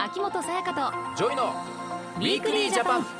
秋元才加とジョイのウィークリージャパン。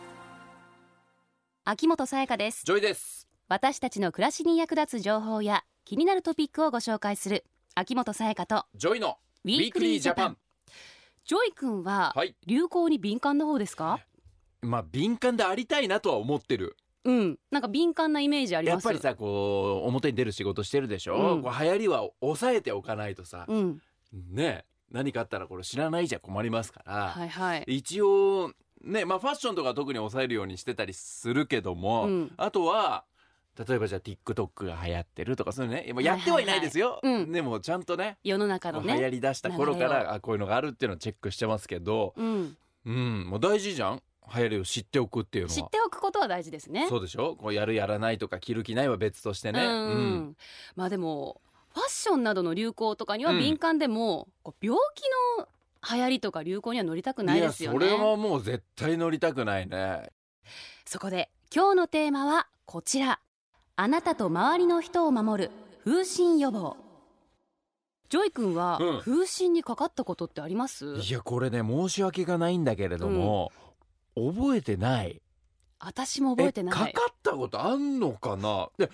秋元才加です。 ジョイです。 私たちの暮らしに役立つ情報や気になるトピックをご紹介する秋元才加とジョイのウィークリージャパン。 ジョイ君ははい、 流行に敏感な方ですか？ 敏感でありたいなとは思ってる。 なんか敏感なイメージあります。 やっぱりさ、こう表に出る仕事してるでしょ、こう流行りは抑えておかないとさ、ね、何かあったらこれ知らないじゃ困りますから、 はいはい、 一応ね、ファッションとか特に抑えるようにしてたりするけども、あとは例えばじゃあ TikTok が流行ってるとかそういうね、やってはいないですよ、でもちゃんとね、 世の中のね流行り出した頃からこういうのがあるっていうのをチェックしてますけど、もう大事じゃん、流行りを知っておくっていうのは。 知っておくことは大事ですね。 そうでしょ、こうやるやらないとか着る着ないは別としてね。 でもファッションなどの流行とかには敏感でも、こう病気の流行りとか流行には乗りたくないですよね。 いやそれはもう絶対乗りたくないね。 そこで今日のテーマはこちら、あなたと周りの人を守る風疹予防。ジョイ君は風疹にかかったことってあります？ いやこれね、申し訳がないんだけれども、覚えてない。 私も覚えてない。 かかったことあんのかな。で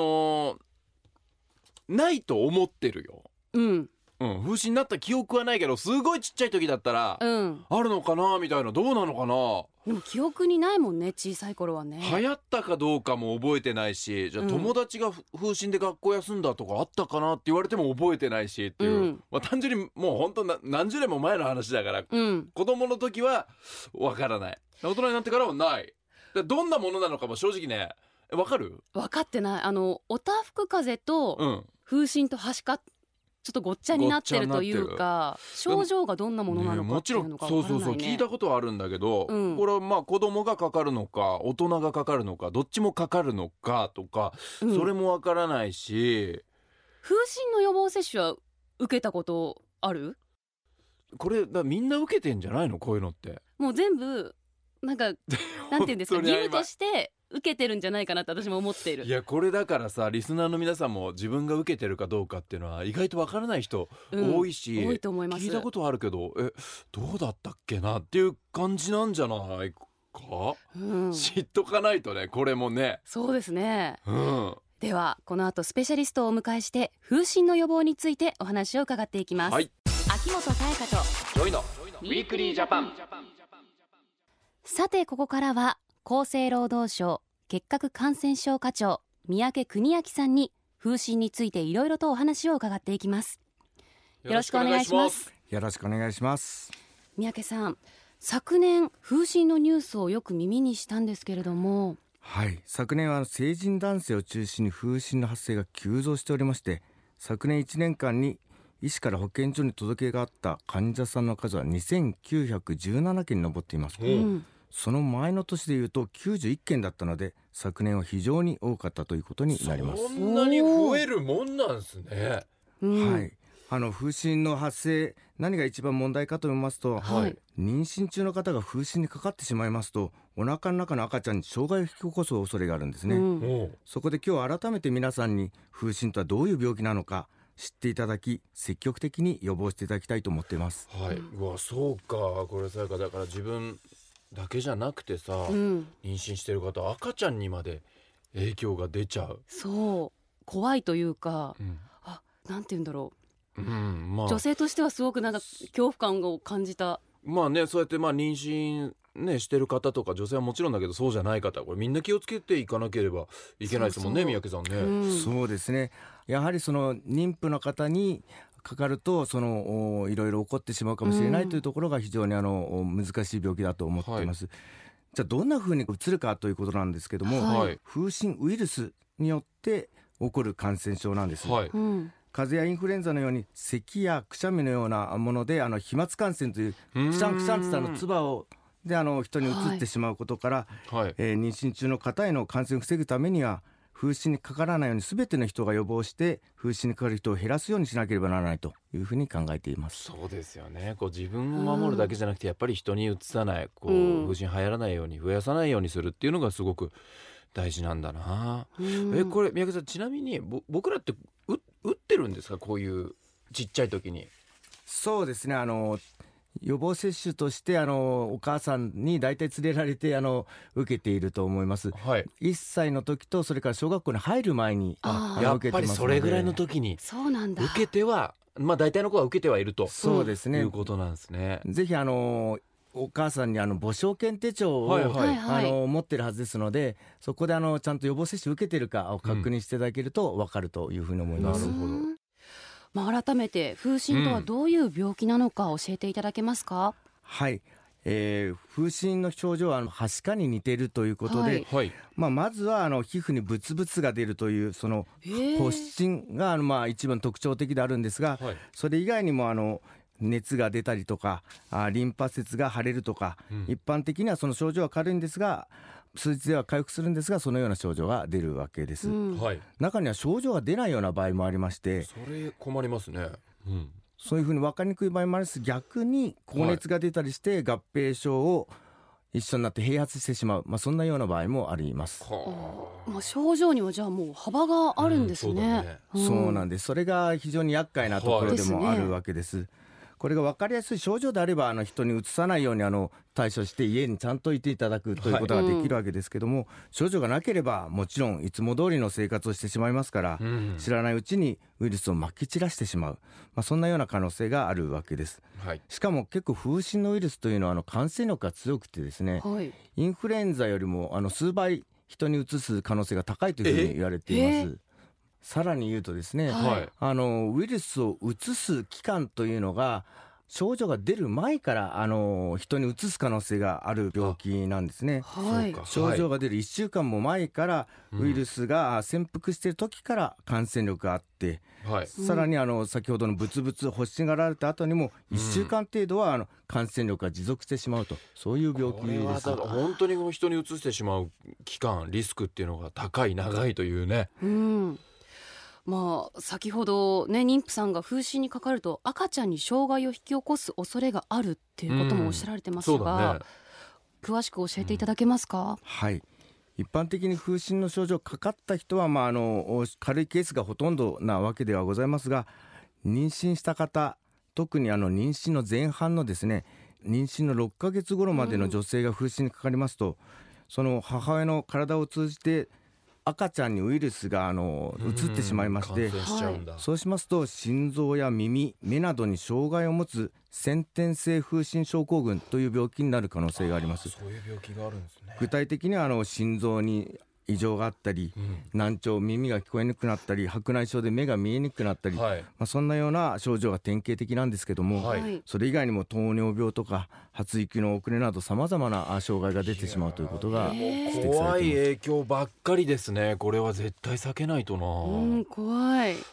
ないと思ってるよ。風疹になった記憶はないけど、すごいちっちゃい時だったら、あるのかなみたいな。どうなのかな。 でも記憶にないもんね、小さい頃はね。 流行ったかどうかも覚えてないし、じゃあ友達が風疹で学校休んだとかあったかなって言われても覚えてないしっていう、単純にもう本当何十年も前の話だから、子供の時はわからない。大人になってからはない。どんなものなのかも正直ね、わかる？ 分かってない。おたふく風邪と風疹とはしかちょっとごっちゃになってるというか、症状がどんなものなのかっていうのが分からないね。 そう聞いたことはあるんだけど、これは子供がかかるのか大人がかかるのかどっちもかかるのかとか、それも分からないし。 風疹の予防接種は受けたことある？ これみんな受けてんじゃないの、こういうのって。もう全部なんていうんですか、義務として受けてるんじゃないかなって私も思っている。 いやこれだからさ、リスナーの皆さんも自分が受けてるかどうかっていうのは意外とわからない人多いし、 多いと思います。 聞いたことあるけどどうだったっけなっていう感じなんじゃないか、知っとかないとね、これもね。 そうですね、ではこの後スペシャリストをお迎えして風疹の予防についてお話を伺っていきます。秋元才加とジョイのウィークリージャパン。 さてここからは厚生労働省結核感染症課長三宅邦明さんに風疹についていろいろとお話を伺っていきます。よろしくお願いします。 よろしくお願いします。 三宅さん、昨年風疹のニュースをよく耳にしたんですけれども。 はい、昨年は成人男性を中心に風疹の発生が急増しておりまして、昨年1年間に医師から保健所に届けがあった患者さんの数は2917件に上っています。その前の年でいうと91件だったので、昨年は非常に多かったということになります。 そんなに増えるもんなんですね。 はい、風疹の発生、何が一番問題かと言いますと、妊娠中の方が風疹にかかってしまいますと、お腹の中の赤ちゃんに障害を引き起こす恐れがあるんですね。そこで今日改めて皆さんに風疹とはどういう病気なのか知っていただき、積極的に予防していただきたいと思っています。 うわ、そうか。これさやかだから自分だけじゃなくてさ、妊娠してる方、赤ちゃんにまで影響が出ちゃう。 そう怖いというか、なんて言うんだろう、女性としてはすごくなんか恐怖感を感じた。 そうやって妊娠してる方とか女性はもちろんだけど、そうじゃない方、これみんな気をつけていかなければいけないですもんね。三宅さんね。 そうですね、やはりその妊婦の方にかかるといろいろ起こってしまうかもしれないというところが非常に難しい病気だと思っています。じゃあどんな風にうつるかということなんですけども、風疹ウイルスによって起こる感染症なんです。風邪やインフルエンザのように咳やくしゃみのようなもので飛沫感染というくしゃんくしゃんとした唾をで人にうつってしまうことから、妊娠中の方への感染を防ぐためには風疹にかからないように全ての人が予防して風疹にかかる人を減らすようにしなければならないというふうに考えています。 そうですよね。自分を守るだけじゃなくて、やっぱり人にうつさない、風疹流行らないように増やさないようにするっていうのがすごく大事なんだな。これ三宅さん、ちなみに僕らって打ってるんですか、こういうちっちゃい時に。 そうですね、 予防接種としてお母さんに大体連れられて受けていると思います、 はい、 1歳の時とそれから小学校に入る前にやっぱりそれぐらいの時にそうなんだ受けては、大体の子は受けてはいると、 そうですね、 いうことなんですね。 ぜひお母さんに母証券手帳を、 はいはい、 持ってるはずですので、そこでちゃんと予防接種受けてるかを確認していただけると分かるというふうに思います、 なるほど。 改めて風疹とはどういう病気なのか教えていただけますか？ はい、風疹の症状ははしかに似ているということで、 はい、 まずは皮膚にブツブツが出るというその発疹が一番特徴的であるんですが、それ以外にも熱が出たりとかリンパ節が腫れるとか、一般的にはその症状は軽いんですが、数日では回復するんですが、そのような症状が出るわけです、中には症状が出ないような場合もありまして、 それ困りますね、 そういうふうに分かりにくい場合もあります。逆に高熱が出たりして合併症を一緒になって併発してしまう、そんなような場合もあります。 症状にはじゃあもう幅があるんですね。 そうなんです。それが非常に厄介なところでもあるわけです、これが分かりやすい症状であれば人にうつさないように対処して家にちゃんといていただくということができるわけですけども、症状がなければもちろんいつも通りの生活をしてしまいますから、知らないうちにウイルスをまき散らしてしまう、そんなような可能性があるわけです、しかも結構風疹のウイルスというのは感染力が強くてですね、インフルエンザよりも数倍人にうつす可能性が高いというふうに言われています。さらに言うとですね、ウイルスをうつす期間というのが症状が出る前から人にうつす可能性がある病気なんですね、症状が出る1週間も前からウイルスが潜伏している時から感染力があって、さらに先ほどのブツブツ発疹が現れた後にも1週間程度は感染力が持続してしまうと、そういう病気です。 本当に人にうつしてしまう期間、リスクっていうのが高い、長いというね、 先ほどね、妊婦さんが風疹にかかると赤ちゃんに障害を引き起こす恐れがあるっていうこともおっしゃられてますが、詳しく教えていただけますか？ はい、一般的に風疹の症状かかった人は、軽いケースがほとんどなわけではございますが、妊娠した方、特に妊娠の前半のですね、妊娠の6ヶ月頃までの女性が風疹にかかりますと、その母親の体を通じて赤ちゃんにウイルスが移ってしまいまして、そうしますと心臓や耳、目などに障害を持つ先天性風疹症候群という病気になる可能性があります。 そういう病気があるんですね。 具体的には心臓に異常があったり、難聴、耳が聞こえにくくなったり、白内障で目が見えにくくなったり、そんなような症状が典型的なんですけども、それ以外にも糖尿病とか発育の遅れなどさまざまな障害が出てしまうということが指摘されています。 怖い影響ばっかりですね。これは絶対避けないとな。 怖い。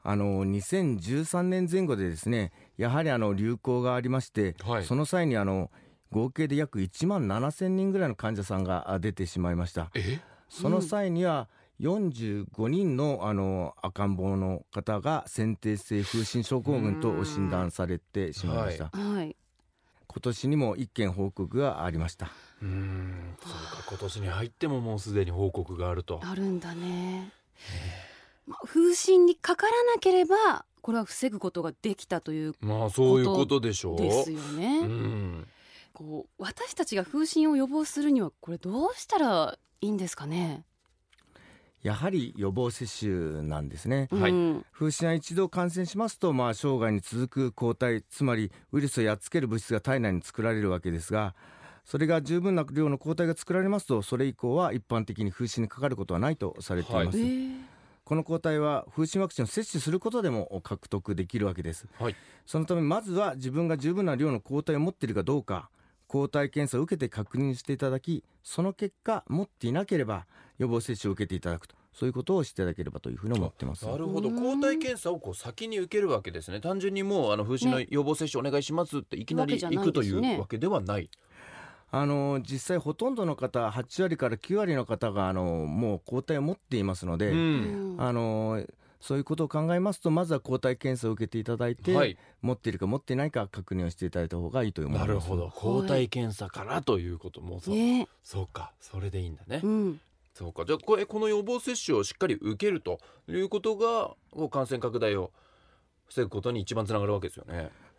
2013年前後でですね、やはり流行がありまして、その際に合計で約1万7000人ぐらいの患者さんが出てしまいました。その際には45人の赤ん坊の方が先天性風疹症候群と診断されてしまいました、今年にも1件報告がありました。 そうか、今年に入ってももうすでに報告があると。 あるんだね。風疹にかからなければこれは防ぐことができたというそういうことでしょうですよね。私たちが風疹を予防するにはこれどうしたらいいんですかね？ やはり予防接種なんですね、風疹は一度感染しますと、生涯に続く抗体、つまりウイルスをやっつける物質が体内に作られるわけですが、それが十分な量の抗体が作られますと、それ以降は一般的に風疹にかかることはないとされています、この抗体は風疹ワクチンを接種することでも獲得できるわけです、そのためまずは自分が十分な量の抗体を持っているかどうか、抗体検査を受けて確認していただき、その結果持っていなければ予防接種を受けていただくと、そういうことをしていただければというふうに思っています。 なるほど、抗体検査を先に受けるわけですね。単純にもう風疹の予防接種お願いしますっていきなり行くというわけではない。 実際ほとんどの方、8割から9割の方がもう抗体を持っていますので、そういうことを考えますと、まずは抗体検査を受けていただいて、持っているか持っていないか確認をしていただいた方がいいと思います。 なるほど、抗体検査からということもそうか、それでいいんだね、そうか。じゃあこの予防接種をしっかり受けるということが感染拡大を防ぐことに一番つながるわけですよね。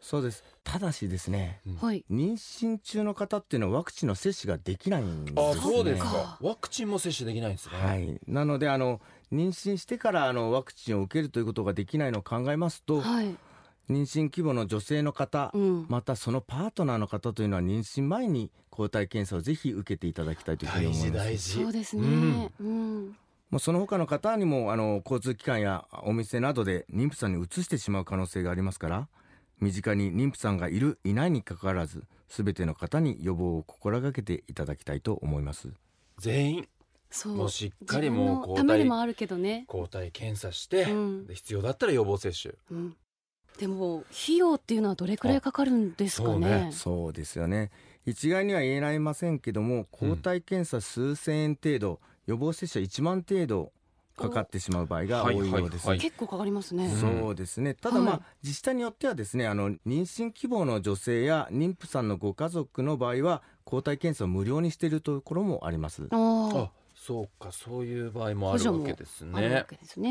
そうです。ただしですね、 はい、 妊娠中の方っていうのはワクチンの接種ができないんですね。 あ、そうですか。ワクチンも接種できないんですね。 はい、なので妊娠してからワクチンを受けるということができないのを考えますと、 はい、 妊娠規模の女性の方、またそのパートナーの方というのは妊娠前に抗体検査をぜひ受けていただきたいというふうに思います。 大事。 そうですね、 もうその他の方にも交通機関やお店などで妊婦さんにうつしてしまう可能性がありますから、身近に妊婦さんがいるいないにかかわらず全ての方に予防を心がけていただきたいと思います。 全員そうもうしっかりもう自分のためでもあるけどね、 抗体検査して、で必要だったら予防接種、 でも費用っていうのはどれくらいかかるんですかね。 そうですよね。一概には言えられませんけども、抗体検査数千円程度、予防接種は1万程度かかってしまう場合が多いようです。 結構かかりますね。 そうですね。ただ自治体によってはですね、妊娠希望の女性や妊婦さんのご家族の場合は抗体検査を無料にしているところもあります。 あ、そうか、そういう場合もあるわけですね。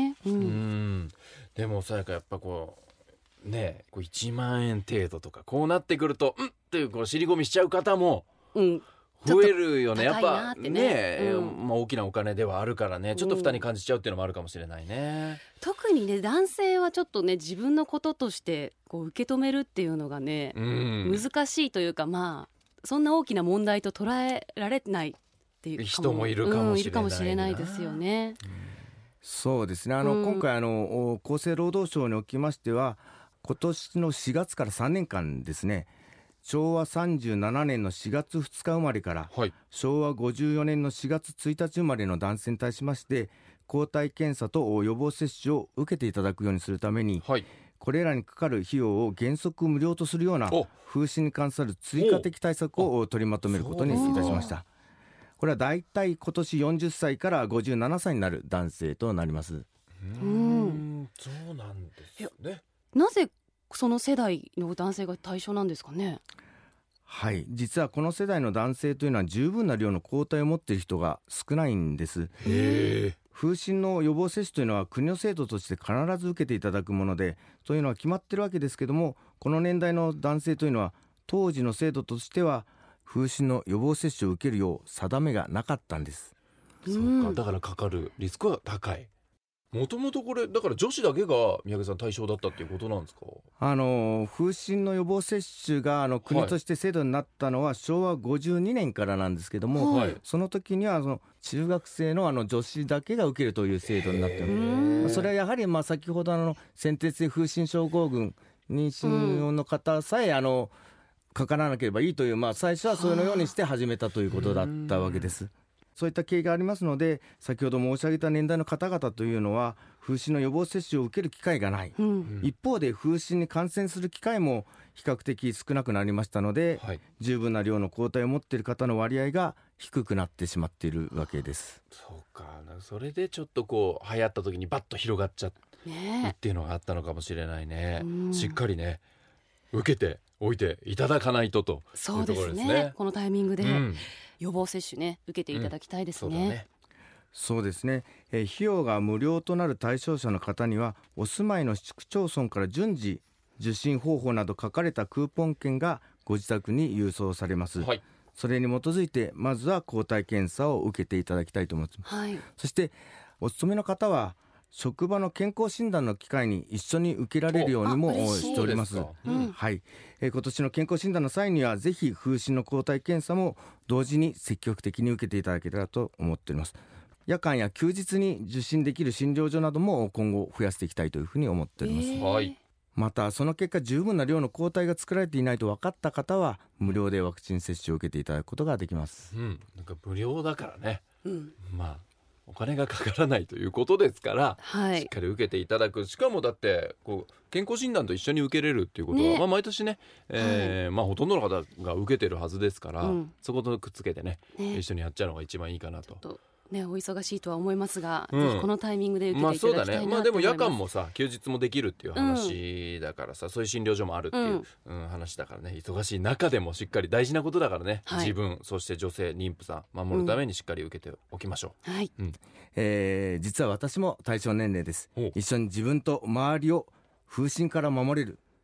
でもさやかやっぱこう1万円程度とかこうなってくるとっていう尻込みしちゃう方も増えるよね。やっぱ大きなお金ではあるからね、ちょっと負担に感じちゃうっていうのもあるかもしれないね。 特にね、男性はちょっとね、自分のこととしてこう受け止めるっていうのがね、難しいというか、そんな大きな問題と捉えられないっていう人もいるかもしれないですよね。 そうですね。今回厚生労働省におきましては、今年の4月から3年間ですね、昭和37年の4月2日生まれから、昭和54年の4月1日生まれの男性に対しまして抗体検査と予防接種を受けていただくようにするために、これらにかかる費用を原則無料とするような風疹に関する追加的対策を取りまとめることにいたしました。これはだいたい今年40歳から57歳になる男性となります。 そうなんですね。 なぜその世代の男性が対象なんですかね。 はい、実はこの世代の男性というのは十分な量の抗体を持っている人が少ないんです。風疹の予防接種というのは国の制度として必ず受けていただくもので、というのは決まっているわけですけども、この年代の男性というのは当時の制度としては風疹の予防接種を受けるよう定めがなかったんです。 そうか、だからかかるリスクは高い。もともとこれだから女子だけが三宅さん対象だったっていうことなんですか。 風疹の予防接種が国として制度になったのは昭和52年からなんですけども、その時には中学生の女子だけが受けるという制度になっている。それはやはり先ほど先天性風疹症候群妊娠の方さえかからなければいいという、最初はそのようにして始めたということだったわけです。そういった経緯がありますので、先ほど申し上げた年代の方々というのは風疹の予防接種を受ける機会がない、一方で風疹に感染する機会も比較的少なくなりましたので、十分な量の抗体を持っている方の割合が低くなってしまっているわけです。 そうか、それでちょっと流行った時にバッと広がっちゃうっていうのがあったのかもしれないね。しっかりね受けておいていただかないとというところですね。 このタイミングで予防接種ね受けていただきたいですね。 そうですね。費用が無料となる対象者の方にはお住まいの市区町村から順次受診方法など書かれたクーポン券がご自宅に郵送されます。それに基づいてまずは抗体検査を受けていただきたいと思います。そしてお勤めの方は職場の健康診断の機会に一緒に受けられるようにもしております。今年の健康診断の際にはぜひ風疹の抗体検査も同時に積極的に受けていただけたらと思っております。夜間や休日に受診できる診療所なども今後増やしていきたいというふうに思っております。またその結果十分な量の抗体が作られていないと分かった方は無料でワクチン接種を受けていただくことができます。 なんか無料だからね、お金がかからないということですから、しっかり受けていただく。しかもだって健康診断と一緒に受けれるっていうことは、毎年ね、ほとんどの方が受けてるはずですから、そことくっつけてね一緒にやっちゃうのが一番いいかなと。 お忙しいとは思いますが、ぜひこのタイミングで受けていただきたいなと思います。 でも夜間もさ休日もできるっていう話だからさ、そういう診療所もあるっていう、話だからね、忙しい中でもしっかり大事なことだからね、自分そして女性妊婦さん守るためにしっかり受けておきましょう。実は私も対象年齢です。一緒に自分と周りを風疹から守れる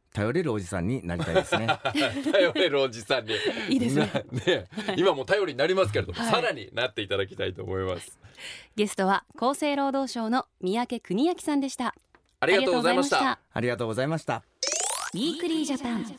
頼れるおじさんになりたいですね頼れるおじさんにいいですね今も頼りになりますけれども、 はい、 さらになっていただきたいと思います。 ゲストは厚生労働省の三宅邦明さんでした。 ありがとうございました。 ありがとうございました。 ウィークリージャパン。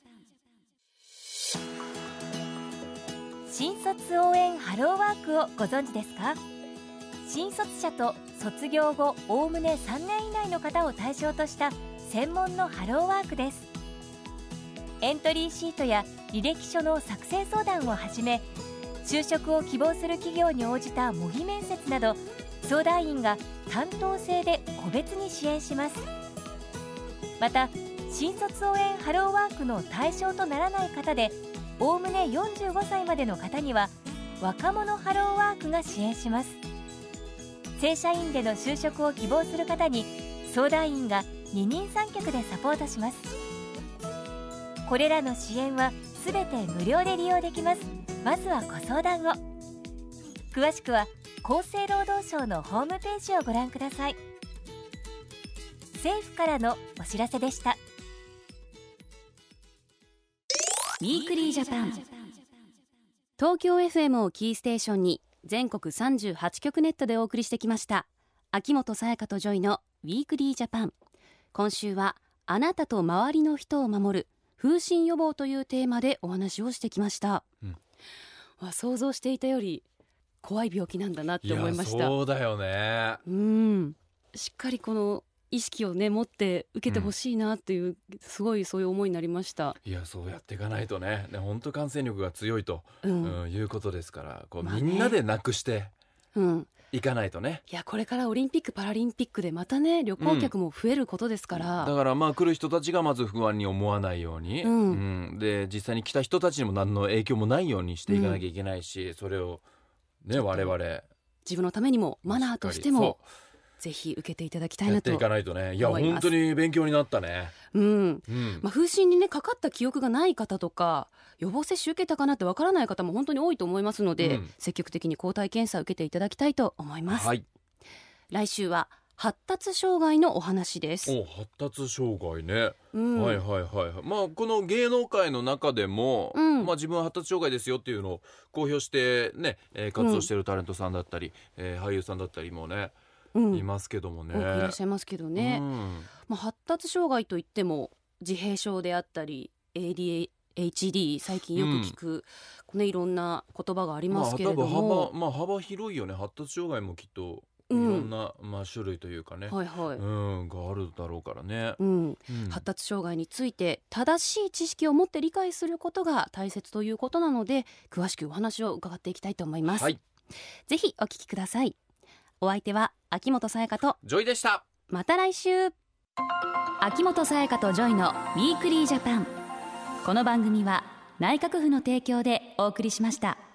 新卒応援ハローワークをご存知ですか？新卒者と卒業後おおむね3年以内の方を対象とした専門のハローワークです。エントリーシートや履歴書の作成相談をはじめ、就職を希望する企業に応じた模擬面接など、相談員が担当制で個別に支援します。また新卒応援ハローワークの対象とならない方でおおむね45歳までの方には若者ハローワークが支援します。正社員での就職を希望する方に相談員が二人三脚でサポートします。これらの支援はすべて無料で利用できます。まずはご相談を。詳しくは厚生労働省のホームページをご覧ください。政府からのお知らせでした。 ウィークリージャパン。東京 FM をキーステーションに全国38局ネットでお送りしてきました秋元才加とジョイのウィークリージャパン。今週はあなたと周りの人を守る風疹予防というテーマでお話をしてきました、想像していたより怖い病気なんだなって思いました。 いやそうだよね。 しっかりこの意識をね持って受けてほしいなっていう、すごいそういう思いになりました。 いやそうやっていかないとね本当感染力が強いと、いうことですから、こう、みんなでなくしていかないとね。 いやこれからオリンピックパラリンピックでまたね旅行客も増えることですから、 だから来る人たちがまず不安に思わないように、で実際に来た人たちにも何の影響もないようにしていかなきゃいけないし、それをね我々 自分のためにもマナーとしてもぜひ受けていただきたいなとやっていかないとね。いや本当に勉強になったね。 風疹にねかかった記憶がない方とか予防接種受けたかなってわからない方も本当に多いと思いますので、積極的に抗体検査を受けていただきたいと思います、来週は発達障害のお話です。 発達障害ね、この芸能界の中でも、自分は発達障害ですよっていうのを公表してね、活動しているタレントさんだったり、俳優さんだったりもねいますけどもね。 多くいらっしゃいますけどね、発達障害といっても自閉症であったり ADHD 最近よく聞く、いろんな言葉がありますけれども、 幅広いよね。発達障害もきっといろんな、種類というかね、があるだろうからね、 発達障害について正しい知識を持って理解することが大切ということなので、詳しくお話を伺っていきたいと思います、ぜひお聞きください。お相手は秋元才加とジョイでした。 また来週。秋元才加とジョイのウィークリージャパン。この番組は内閣府の提供でお送りしました。